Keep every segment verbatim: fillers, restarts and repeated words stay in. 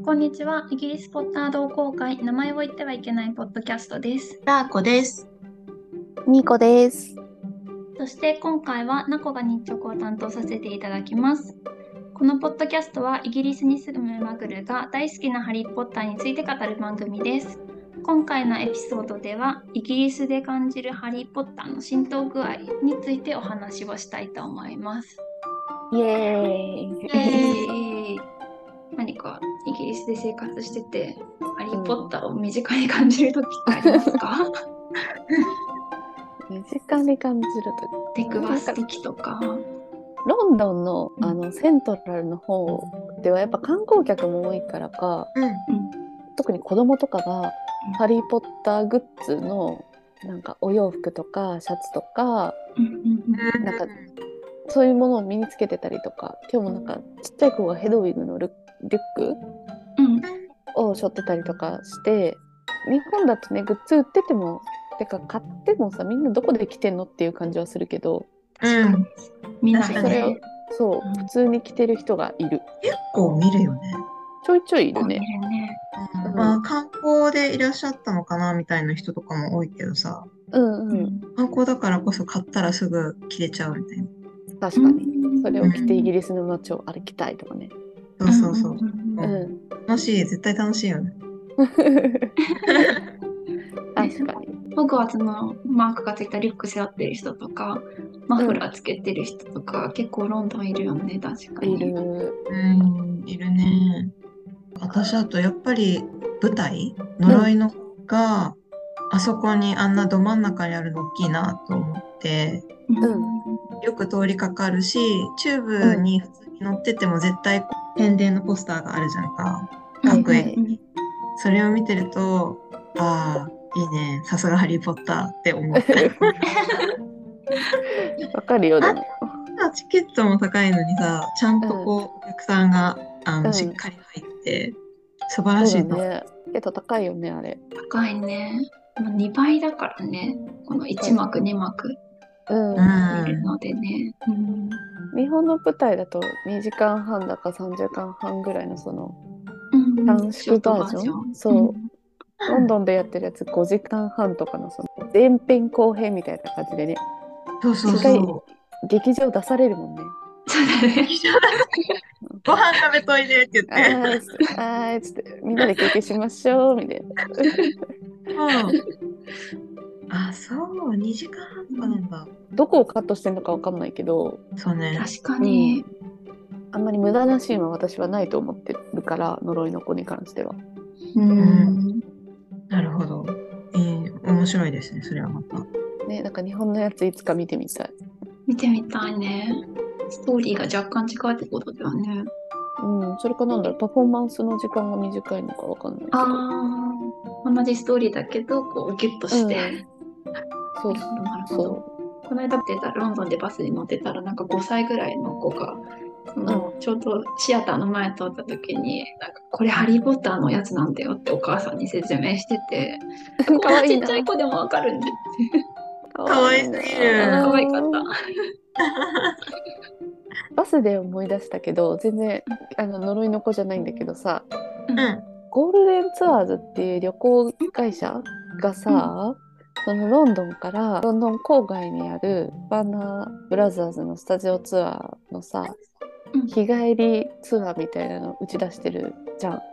こんにちは。イギリスポッター同好会、名前を言ってはいけないポッドキャストです。 ラーコです。 ニーコです。 そして今回はナコが日直を担当させていただきます。このポッドキャストはイギリスに住むマグルが大好きなハリーポッターについて語る番組です。今回のエピソードではイギリスで感じるハリーポッターの浸透具合についてお話をしたいと思います。 イエーイ。 えー、何かイギリスで生活しててハリーポッターを身近に感じるときってありますか？ 身近に感じると出くわすときとか。 ロンドンの、あのセントラルの方ではやっぱ観光客も多いからか、 うん、 特に子供とかがハリーポッターグッズのなんかお洋服とかシャツとか、なんかそういうものを身につけてたりとか、今日もなんかちっちゃい子がヘドウィグのリュックを背負ってたりとかして、日本だとねグッズ売っててもてか買ってもさ、みんなどこで着てんのっていう感じはするけど、 うん、 見ないね。 それをそう、うん、普通に着てる人がいる。 結構見るよね。 ちょいちょいいるね。 見るね。 うん、まあ観光でいらっしゃったのかなみたいな人とかも多いけどさ、 うんうん、 観光だからこそ買ったらすぐ着れちゃうみたいな。 確かに、それを着てイギリスの街を歩きたいとかね。 そうそうそう。 うんうん、 楽しい、絶対楽しいよね。 確かに。 ホグワーツのマークがついたリュック背負ってる人とか、マフラーつけてる人とか、うん、結構ロンドンいるよね、確かに。 いる。 うん、いるね。私だとやっぱり舞台、呪いのが、うん、あそこにあんなど真ん中にあるの大きいなと思って、うん、よく通りかかるし、チューブに普通に乗ってても絶対宣伝のポスターがあるじゃんか、各駅に。それを見てると、ああ、いいね、さすがハリーポッターって思って。 わかるよね。 チケットも高いのにさ、ちゃんとこう、うん、お客さんがあの、うん、しっかり入って素晴らしいと。 そうだね。チケット高いよね、あれ。 高いね。にばいだからね、このいち幕、うん、に幕、 うん、 見るのでね、うん。 日本の舞台だとにじかんはんだかさんじかんはんぐらいのその短縮バージョン、うん、そう、うん、ロンドンでやってるやつごじかんはんとかのその前編後編みたいな感じでね、 そうそうそう、 劇場出されるもんね。 ご飯食べといでって言って、 あーいつってみんなで休憩しましょうみたいな。 うん、あ、そう、にじかんはんとかなんだ。 どこをカットしてるのかわかんないけど、 そうね、 確かに、 うん、あんまり無駄なシーンは私はないと思ってるから、呪いの子に関しては。 うん、うん、 なるほど、えー、面白いですね、それはまたね。なんか日本のやついつか見てみたい。 見てみたいね。ストーリーが若干違うってことだよね。 うん、それかなんだろう、パフォーマンスの時間が短いのかわかんないけど。 ああ、同じストーリーだけどこうギュッとして、うん、 そうなるほど。この間出たロンドンでバスに乗ってたらなんかごさいぐらいの子がその、うん、ちょうどシアターの前通った時になんかこれハリーポッターのやつなんだよってお母さんに説明してて、こんなちっちゃい子でもわかるんでかわいすぎる。 かわいかった。 バスで思い出したけど、全然あの呪いの子じゃないんだけどさ、 うん、 ゴールデンツアーズっていう旅行会社がさ、うん、そのロンドンからロンドン郊外にあるバーナーブラザーズのスタジオツアーのさ、うん、日帰りツアーみたいなの打ち出してるじゃん。うん、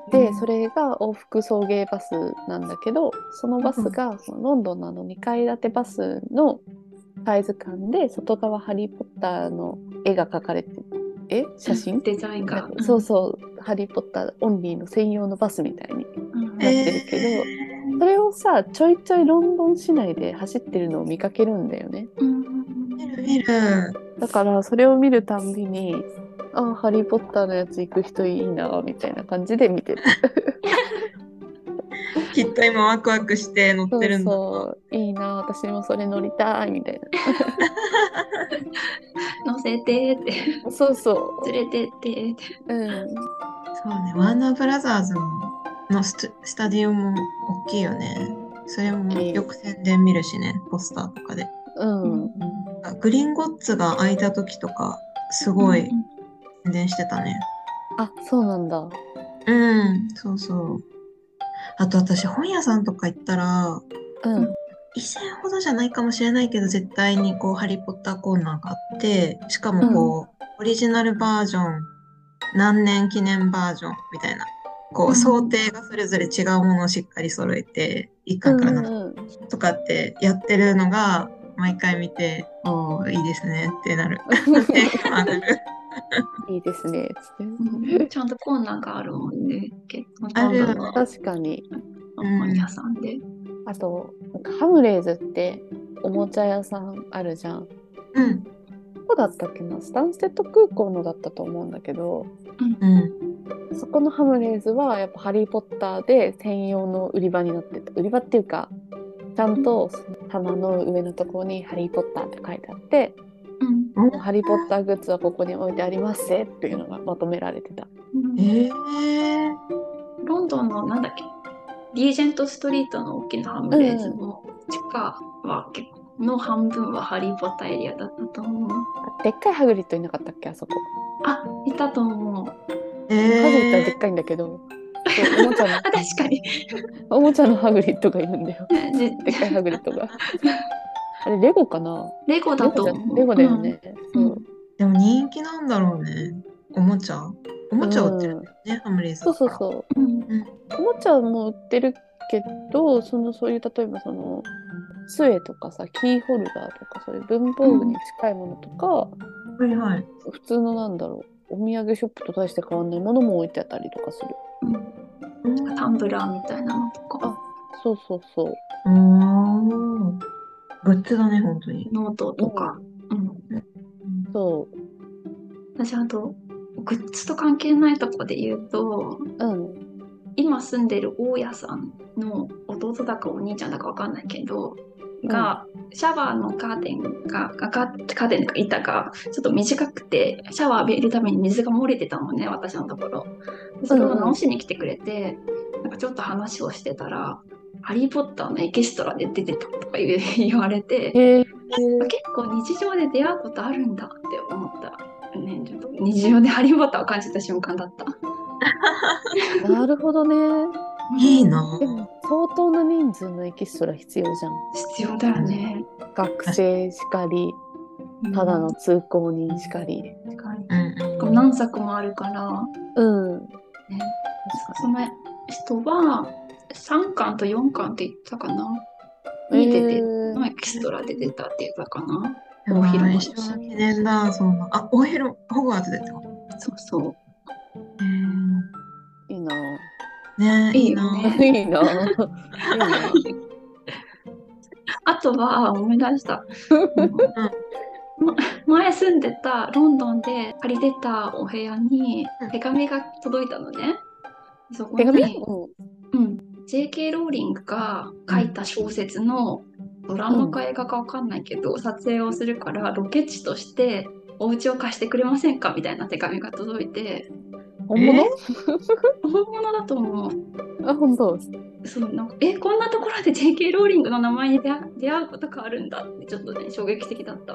でそれが往復送迎バスなんだけど、そのバスがそのロンドンのあのにかい建てバスのサイズ感で、外側ハリーポッターの絵が描かれてる、え写真、 デザインが、 そうそう、ハリーポッターオンリーの専用のバスみたいになってるけど、えー、それをさちょいちょいロンドン市内で走ってるのを見かけるんだよね。 見る見る。 だからそれを見るたんびに、あ、ハリーポッターのやつ行く人いいなみたいな感じで見てる。 きっと今ワクワクして乗ってるんだ。 そうそう、いいな、私もそれ乗りたいみたいな。 乗せてってそうそう、 連れてってって、 うん、 そうね、ワーナーブラザーズの ス, スタディオも大きいよね。それもよく宣伝見るしね、ポスターとかで、 うん、 グリンゴッツが開いた時とかすごい宣伝してたね。 あ、そうなんだ。 うん、そうそう。あと私本屋さんとか行ったら、 うん。 以前ほどじゃないかもしれないけど、絶対にこう、ハリーポッターコーナーがあって、しかもうんこう、オリジナルバージョン、何年記念バージョンみたいな、こう、 うん想定がそれぞれ違うものをしっかり揃えて、いっかいからななかいうんうん。 とかってやってるのが、毎回見て、おー、いいですねってなる。テンション上がる。 いいですね。つってうんちゃんとコーナーがあるもんね。結構ほあるよね。 とんどの確かに。 本屋さんで。 あと、なんかハムレーズっておもちゃ屋さんあるじゃん。 うん。 どこだったっけな、スタンステッド空港のだったと思うんだけど、 うん。 そこのハムレーズはやっぱハリー・ポッターで専用の売り場になってた。売り場っていうか、ちゃんとその棚の上のところにハリー・ポッターって書いてあって、 うんうん。 ハリー・ポッターグッズはここに置いてありますぜっていうのがまとめられてた。 うんえー。 ロンドンのなんだっけ、リージェントストリートの大きなハムレーズの地下は結構の半分はハリー・ポッターエリアだったと思う。 あ、でっかいハグリッドいなかったっけ、あそこ。 あ、いたと思う。 えハグリッドはでっー。 かいんだけど、そうおもちゃのあ、確かに。 おもちゃのハグリッドがいるんだよ。 ででっかいハグリッドが。あれレゴかな。 レゴだレゴじゃと思う。 レゴだよね。 うん。 そう。 でも人気なんだろうね。おもちゃおもちゃ売ってるんうん。 だよね、ハムレーズそうだから。 そうそう。 うん。 うん。 おもちゃも売ってるけど、そのそういう例えばその杖とかさ、キーホルダーとかそういう文房具に近いものとか、 はいはい。 普通のなんだろう、お土産ショップと大して変わんないものも置いてあったりとかする。 うんタンブラーみたいなのとか、 あ、そうそうそう。 うーん。グッズだね、本当に。 ノートとか。うん。 そ私、あと、グッズと関係ないとこで言うと、 う。うん。 今住んでる大家さんの弟だかお兄ちゃんだかわかんないけど、が、シャワーのカーテンが、がカーテンが板がちょっと短くて、シャワー浴びるために水が漏れてたのね、私のところ。でそれを直しに来てくれて、なんかちょっと話をしてたら、ハリー・ポッターのエキストラで出てたとか言う言われて、 へえ。 結構日常で出会うことあるんだって思った。ね、ちょっと日常でハリー・ポッターを感じた瞬間だった。 なるほどね。 いいなでも相当な人数のエキストラ必要じゃん。 必要だよね。 学生しかり、ただの通行人しかり。 確かに。 うんうん。 何作もあるから、 うん。 ね、その人はさんかんとよんかんって言ったかな。に出てのエキストラで出たって言ったかな。大広間だし一緒の記念だ、そんな。あ、大広、ホグワーツでってことそうそう。 へいいなぁ。 え。ねえ、 いいいいなよね。 いいなぁ。いいなぁ。 あとは思い出した。前住んでたロンドンで借りてたお部屋に手紙が届いたのね。そこ手紙？ に、うん、ジェーケー ローリングが書いた小説のドラマか映画かわかんないけど、撮影をするからロケ地としてお家を貸してくれませんかみたいな手紙が届いて、 本物？ 本物だと思う。 あ、本当。 そうなんかえこんなところで ジェーケー ローリングの名前に出会出会うことがあるんだってちょっとね衝撃的だった。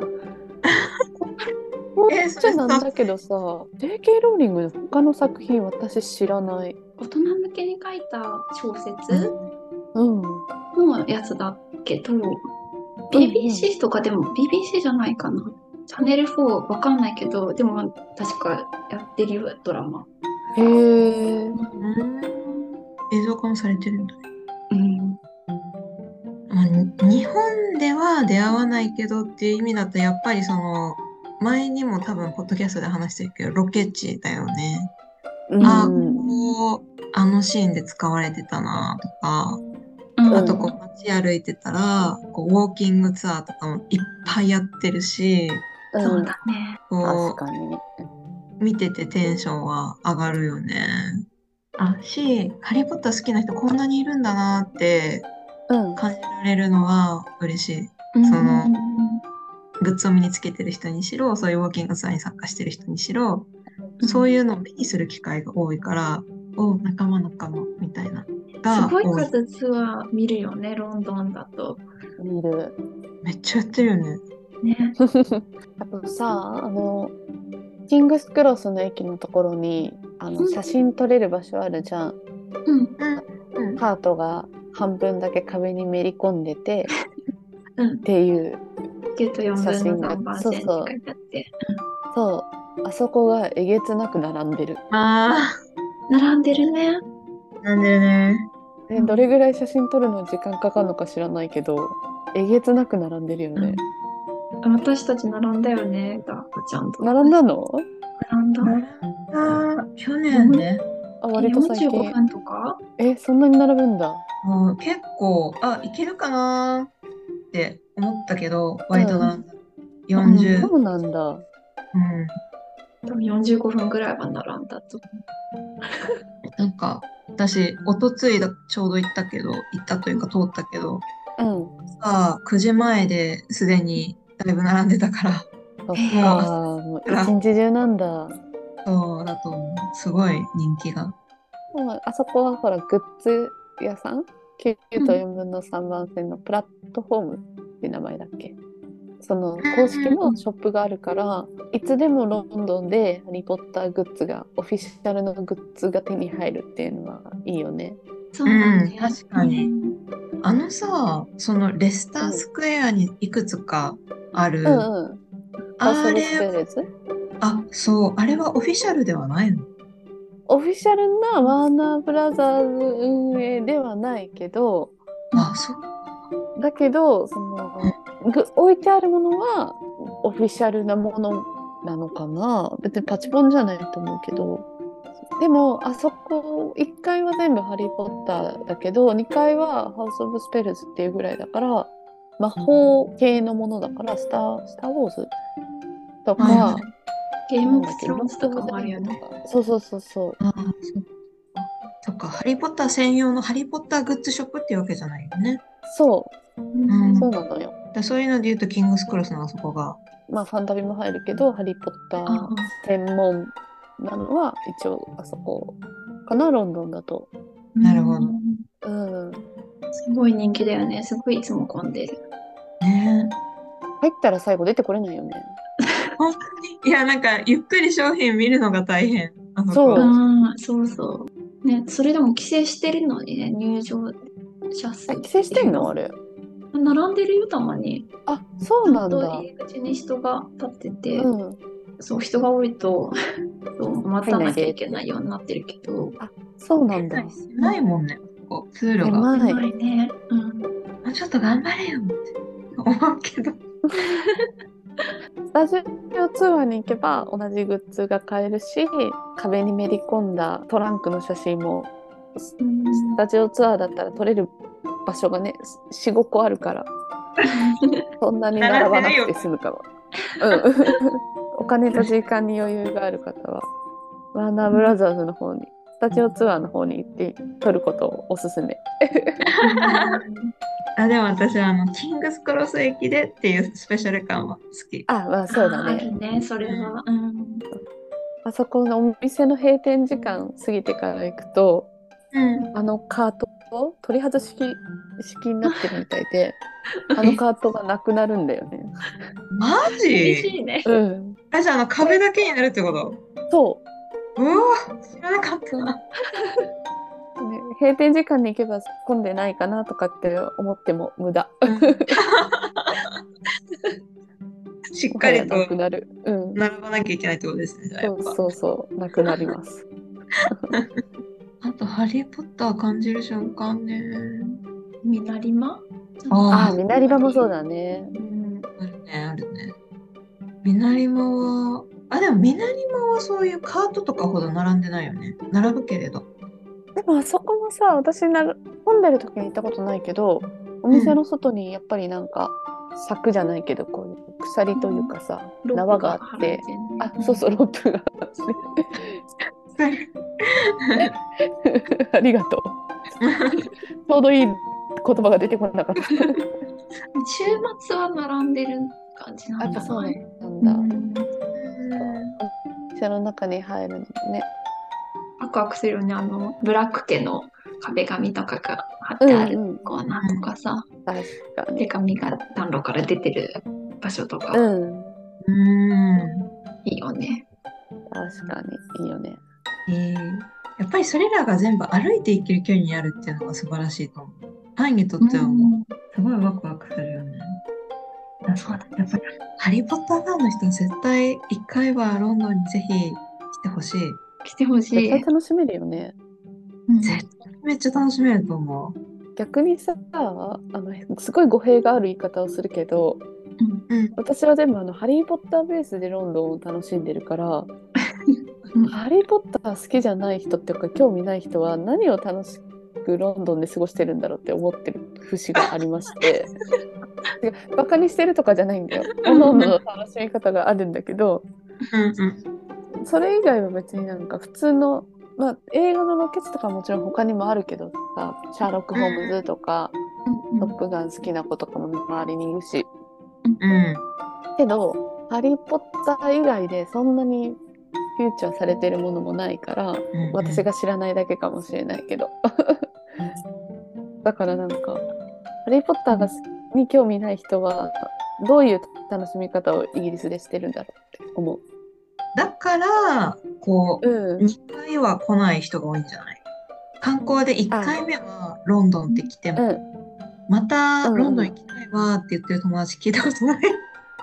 え、じゃなんだけどさ、ジェーケー ローリングの他の作品私知らない。 大人向けに書いた小説うん。 のやつだけど、ビービーシー とかでも ビービーシー じゃないかな。チャンネルフォーわかんないけど、でも確かやってるよドラマ。 へえ。 うん。映像化もされてるんだね。 うん。 まあ、日本では出会わないけどっていう意味だと、やっぱりその、前にも多分、ポッドキャストで話してるけど、ロケ地だよね。 うん、 あ、ここ、あのシーンで使われてたなとか、 うん、 あとこう街歩いてたら、こうウォーキングツアーとかもいっぱいやってるし、 うん、 そうだね。 こ確かに。 う、見ててテンションは上がるよね。あ、し、ハリーポッター好きな人こんなにいるんだなってうん。 感じられるのが嬉しい。 うんその、グッズを身につけてる人にしろ、そういうウォーキングツアーに参加してる人にしろ、そういうのを目にする機会が多いから、お、仲間仲間みたいな。 すごい多数ツアー見るよね、ロンドンだと。 見る。 めっちゃやってるよね。 ね。 あとさ、あの、キングスクロスの駅のところに、 あの写真撮れる場所あるじゃん。 うんうんうん。 カートが半分だけ壁にめり込んでてうんっていうきゅうとよんぶんの写真が、 さんばん線ってそうそう書いてあって。 そうあそこがえげつなく並んでる。 あ並んでるね。 あ、なんでね。 でどれぐらい写真撮るの時間かかるのか知らないけどえげつなく並んでるよね。 私たち並んだよね、ダー子ちゃんと。 並んだの？ 並んだ。 ああ、去年ね。 あ割と最よんじゅうご近。 ふんとかえそんなに並ぶんだ。 もう結構、あ、いけるかなって思ったけど、割と並んだ。よんじゅう、 そうなんだ。 うん。 多分よんじゅうごふんぐらいは並んだと。 なんか、私、おとついだ、ちょうど行ったけど、行ったというか通ったけど、 うんさあ、くじまえですでにだいぶ並んでたから、 そっへーかもう一日中なんだ。 そうだと思う。すごい人気が。 もうあそこはほらグッズ屋さん きゅう とよんぶんのさんばん線のプラットフォームって名前だっけ。その公式のショップがあるからいつでもロンドンでハリー・ポッターグッズがオフィシャルのグッズが手に入るっていうのはいいよね。 そうなんね。 うん確かにうんあのさ、そのレスタースクエアにいくつかある、 うんうん。ハウス・オブ・スあれ、 ペレズあ、そう、あれはオフィシャルではないの？ オフィシャルなワーナーブラザーズ運営ではないけどあ、そう。 だけどそのぐ置いてあるものはオフィシャルなものなのかな。別にパチモンじゃないと思うけどでもあそこいっかいは全部ハリー・ポッターだけどにかいはハウス・オブ・スペルズっていうぐらいだから魔法系のものだからスター、スター・ウォーズとか、 はいはいゲームオブなんだっけスローンズとかもあるよね。 とかそうそうそうそうあ、そっか。そっか、ハリー・ポッター専用のハリー・ポッターグッズショップっていうわけじゃないよね。 そううんそうなのよ。 だそういうので言うと、キングスクロスのあそこが。 まあファンタビも入るけどハリー・ポッター専門なのは一応あそこかなロンドンだと。 なるほど。 うんすごい人気だよね。すごいいつも混んでる。 ね入ったら最後出てこれないよね。 本当に。いや、なんか、ゆっくり商品見るのが大変。あの子そうああ、そうそう。ね、それでも規制してるのにね、入場者数。 え規制してんのあれ。 並んでるよ、たまに。 あそうなんちゃんとだ。 入り口に人が立ってて、 うんそう、人が多いと、そう待たなきゃいけないようになってるけど、 そうなんだ。 ないもんね、こう通路が。 狭い。 狭いね。うん。 もうちょっと頑張れよって思うけど。 スタジオツアーに行けば同じグッズが買えるし壁にめり込んだトランクの写真もスタジオツアーだったら撮れる場所がねよん、ごこあるからそんなに並ばなくて済むかも。うんお金と時間に余裕がある方はワーナーブラザーズの方にスタジオツアーの方に行って撮ることをおすすめ。 あ、でも私はあの、キングスクロス駅でっていうスペシャル感は好き。 あまあそうだああね。 るね、それは。うん。 あそこのお店の閉店時間過ぎてから行くとうん。 あのカートを取り外し式になってるみたいであのカートがなくなるんだよね。 マジ？ 嬉しいね。 うんあ、じゃああの壁だけになるってこと？ そうわ知らなかった。 う、ね、閉店時間に行けば混んでないかなとかって思っても無駄。 しっかりともはやなくなる。うん並ばなきゃいけないってことですね。じゃあやっぱそうそうそうなくなります。 あと、ハリー・ポッター感じる瞬間ね。 みなりまあああみなり場もそうだね。 うん。 あるね、あるね。ミナリマは、あ、でもミナリマはそういうカートとかほど並んでないよね。並ぶけれど。 でもあそこもさ私なる混んでる時に行ったことないけどお店の外にやっぱりなんか柵じゃないけどこういう鎖というかさ、 ロープ縄があって張られてんねあそうそうロープがあってありがとう。ちょうどいい言葉が出てこなかった。 週末は並んでる感じなんじゃやっぱそうない？ なんだ。 うんお店の中に入るのもね。 ワクワクするよね。あの、ブラック家の壁紙とかが貼ってあるうんうんコーナーとかさ、 確か手に。 紙が暖炉から出てる場所とか、 うん。 うーん。 いいよね。 確かにいいよね。 えーやっぱりそれらが全部歩いていける距離にあるっていうのが素晴らしいと思う。ファンにとってはもう、すごいワクワクするよね。あ、そうだ。やっぱり、ハリー・ポッターファンの人は絶対一回はロンドンにぜひ来てほしい。 来てほし絶い。 対楽しめるよね。 うん絶対めっちゃ楽しめると思う。 逆にさ、あのすごい語弊がある言い方をするけど、 うんうん。 私は全部あのハリー・ポッターベースでロンドンを楽しんでるから、 うんハリー・ポッター好きじゃない人っていうか興味ない人は何を楽しくロンドンで過ごしてるんだろうって思ってる節がありまして、いやバカにしてるとかじゃないんだよ。各々の楽しみ方があるんだけど、 うんうん。 それ以外は別になんか普通の、まあ、映画のロケ地とかもちろん他にもあるけどさ、シャーロック・ホームズとか、トップガン好きな子とかも周りにいるし、 うん。 けどハリー・ポッター以外でそんなにフューチャーされてるものもないから、 うん私が知らないだけかもしれないけどだからなんかハリー・ポッターがに興味ない人はどういう楽しみ方をイギリスでしてるんだろうって思う。 だから、こうう、 んにかいは来ない人が多いんじゃない？観光でいっかいめはロンドンって来ても、 うんまたうんうんロンドン行きたいわって言ってる友達聞いたことない。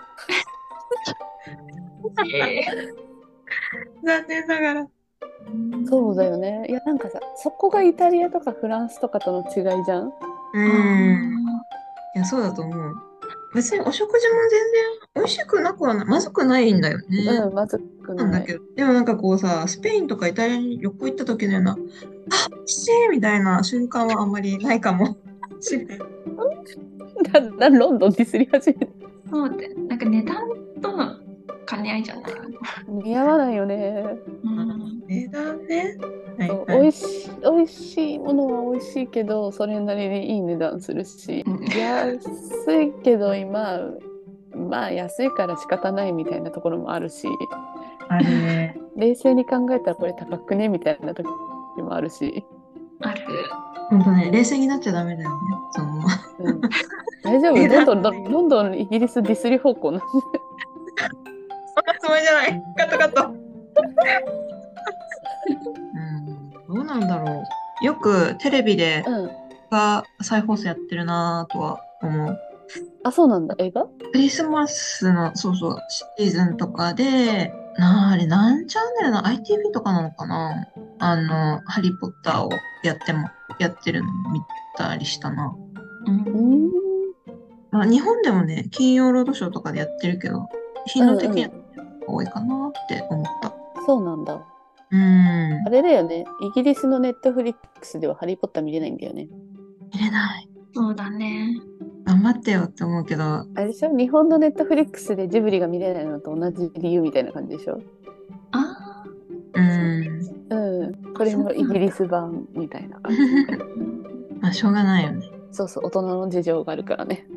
残念ながら。 そうだよね。いやなんかさ、そこがイタリアとかフランスとかとの違いじゃん。 うん。いや、そうだと思う。別にお食事も全然美味しくなくはない、まずくないんだよね。 うん、まずくない。 なんだけど、でもなんかこうさ、スペインとかイタリアに旅行行った時のような、あ、美味しいみたいな瞬間はあんまりないかもしれない。 だんだんロンドンディスり始めて。 そうで、なんか値段との兼ね合いじゃない。 似合わないよね。 うん値段ね。はいそうはい。 美味しい、美味しいものは美味しいけど、それなりにいい値段するし、 うん安いけど今、まあ安いから仕方ないみたいなところもあるし、 あるね。 冷静に考えたらこれ高くねみたいな時もあるし、 ある。 ほんとね、冷静になっちゃダメだよね。その、 うん、大丈夫値段どんどんどんどんどんイギリスディスり方向なんで。 そんなつもりじゃない。カットカット。うん、どうなんだろう。よくテレビでうん。 が再放送やってるなぁとは思う。 あ、そうなんだ。映画？ クリスマスの、そうそう、シーズンとかで、なあ、あれ、何チャンネルの アイティーブイ とかなのかな、あの、ハリー・ポッターをやっても、やってるの見たりしたな。 ううんん。 まあ、日本でもね、金曜ロードショーとかでやってるけど、頻度的には多いかなって思った。 そうなんだ。 うん。 あれだよね。イギリスのネットフリックスではハリー・ポッター見れないんだよね。 見れない。 そうだね。 頑張ってよって思うけど、 あれでしょ、日本のネットフリックスでジブリが見れないのと同じ理由みたいな感じでしょ。 あうん。 うん。これのイギリス版みたいな感じ。 まあ、しょうがないよね。 そうそう、大人の事情があるからね。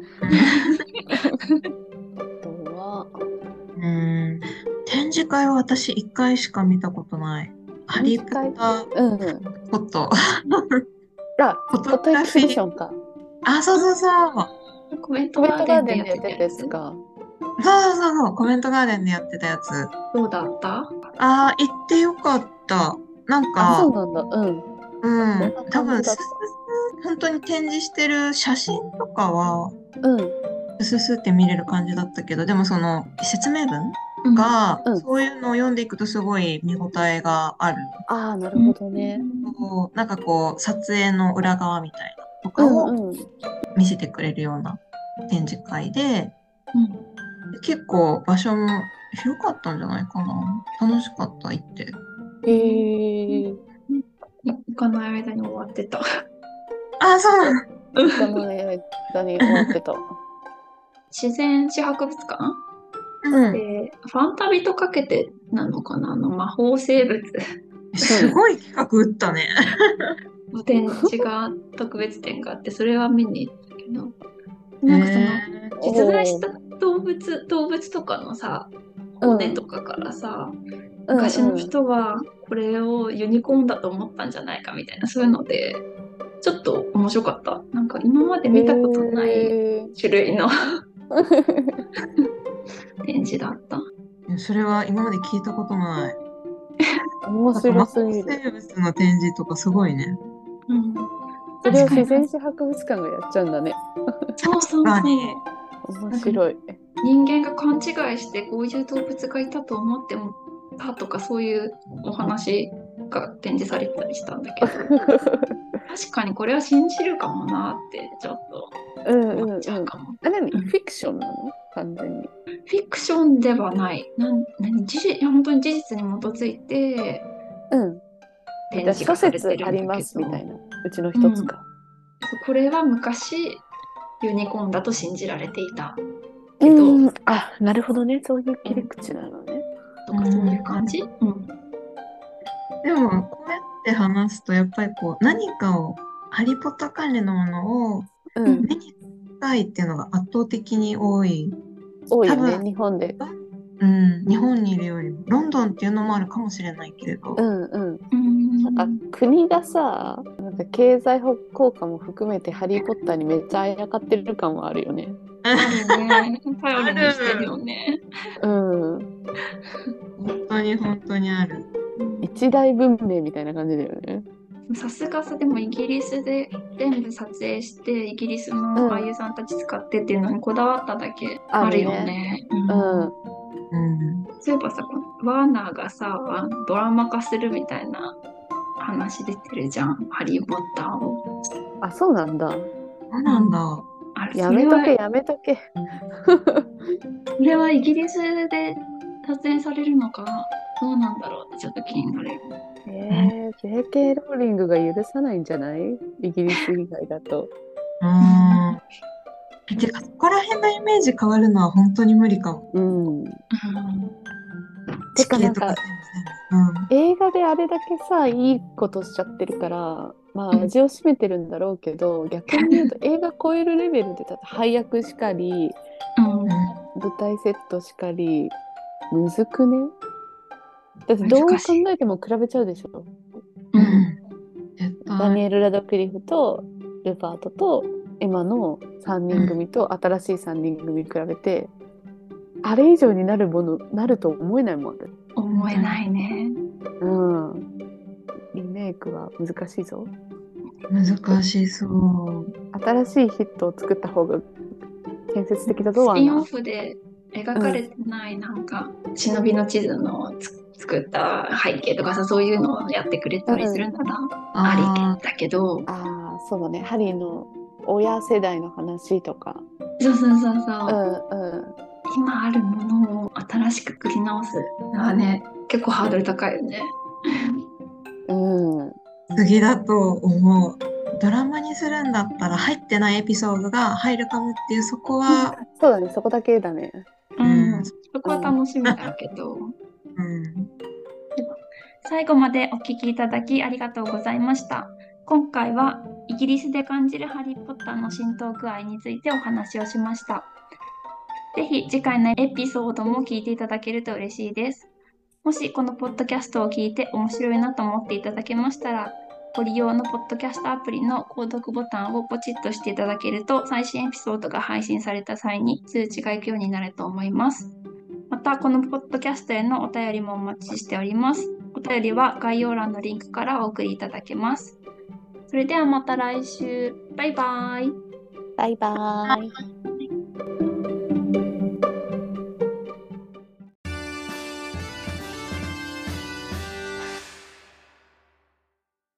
あとは、 うん。展示会は私一回しか見たことない。ハリー・ポッターうん。 ポット。 あ、 フォフォトエキシビションか。 あ、そうそうそう。 あ、コメントコメントガーガーデンデンでやっててたやでやったやつ。 つか。 そうそうそうそう。コメントガーデンでやってたやつ。 どうだった？ ああ、行ってよかった。なんあ、そか、 うなんだ。うん。 うん。 どんな多分、 感じだっススス本当に展示してる写真とかは、 た？うん。 スススって見れる感じだったけど、でもその説明文うんが、 うんそういうのを読んでいくとすごい見応えがある。 ああ、なるほどね。 こうなんかこう、撮影の裏側みたいなとうかをんうん。 見せてくれるような展示会で、 うん結構場所も広かったんじゃないかな。楽しかった、行って。 へえ。 行かない間に終わってた。 あ、そうなの。 行かない間に終わってた。 自然史博物館うん。 で、ファンタビとかけてなのかな、あの魔法生物すごい企画打ったね。 の展示が、特別展があって、それは見に行ったけど、なんかその、 へー実在した動物、動物とかのさ、骨とかからさ、昔の人はこれをユニコーンだと思ったんじゃないかみたいな、そういうので、ちょっと面白かった。なんか今まで見たことないへー種類の展示だった。 それは今まで聞いたことない。 面白すぎる。 生物の展示とかすごいね。 うん、 それを確かに自然史博物館がやっちゃうんだね。 そうそうそう。 確かに面白い。 人間が勘違いしてこういう動物がいたと思ってもたとかそういうお話が展示されてたりしたんだけど確かにこれは信じるかもなってちょっとうんうん思っちゃう。 うんかも。 あ、何？ うんフィクションなの？完全に。 フィクションではない。なん何事実いや本当に事実に基づいてうん。 展じゃあ諸示がされて説ありまるんだけど、 すみたいな。うちの一つか。 これは昔ユニコーンだと信じられていたうけど、 ん。あ、なるほどね。そういう切り口なのね。 とかそういう感じ、うんでも、こうやって話すと、やっぱりこう、何かを、ハリー・ポッター関連のものをうん。 目にしたいっていうのが圧倒的に多い。 多いよね、 多分、 日本で。 うん、日本にいるよりも、ロンドンっていうのもあるかもしれないけれど、 うんうん。 うんなんか国がさ、なんか経済効果も含めてハリー・ポッターにめっちゃあやかってる感はあるよね。 あるね。頼りにしてるよね。 うん。 本当に本当にある。 一大文明みたいな感じだよね。 さすがさ、でもイギリスで全部撮影してイギリスの俳優さんたち使ってっていうのにこだわっただけあるよね。 ううんん。 うん。 そういえばさ、このワーナーがさ、ドラマ化するみたいな話出てるじゃん、ハリー・ポッターを。 あ、そうなんだ。 そうなんだ。 あれ、 やそれは、 めとけ、やめとけ。 それはイギリスで撮影されるのか、どうなんだろうってちょっと気になる。 えー、ジェーケー ローリングが許さないんじゃない？イギリス以外だと。 うーん。てか、そこら辺のイメージ変わるのは本当に無理かも。 うん。 うんてかなんか地形とか全部全部。 映画であれだけさ、いいことしちゃってるから、まあうん味を占めてるんだろうけど、逆に言うと映画超えるレベルで、だって配役しかり、 うんうん。 舞台セットしかり、むずくね？だってどう考難しいえても比べちゃうでしょ。 ううんん。絶対。 ダニエル・ラドクリフとルパートとエマのさんにん組と新しいさんにん組比べて、あれ以上になるもの、なると思えないもんね。 思えないね。 うん。リメイクは難しいぞ。 難しそう。 新しいヒットを作った方が建設的だぞ、ワスピンオンナー。 フで描かれてないなんか、忍びの地図のつ作った背景とかさ、そういうのをやってくれたりするんだな、あありだけど、 ああ、そうだね。ハリーの親世代の話とか。 そうそうそうそう、 うんうん。 今あるものを新しく作り直すのはね、結構ハードル高いよね。 うん。 あ、次だと思う。ドラマにするんだったら入ってないエピソードが入るかもっていうそこは、 そうだね、そこだけだね。 うん、 うんそこは楽しみだけど。 うん。 最後までお聞きいただきありがとうございました。今回はイギリスで感じるハリー・ポッターの浸透具合についてお話をしました。ぜひ次回のエピソードも聞いていただけると嬉しいです。もしこのポッドキャストを聞いて面白いなと思っていただけましたら、ご利用のポッドキャストアプリの購読ボタンをポチッとしていただけると、最新エピソードが配信された際に通知が行くようになると思います。また、このポッドキャストへのお便りもお待ちしております。お便りは概要欄のリンクからお送りいただけます。それではまた来週。バイバイ。 バイバーイ。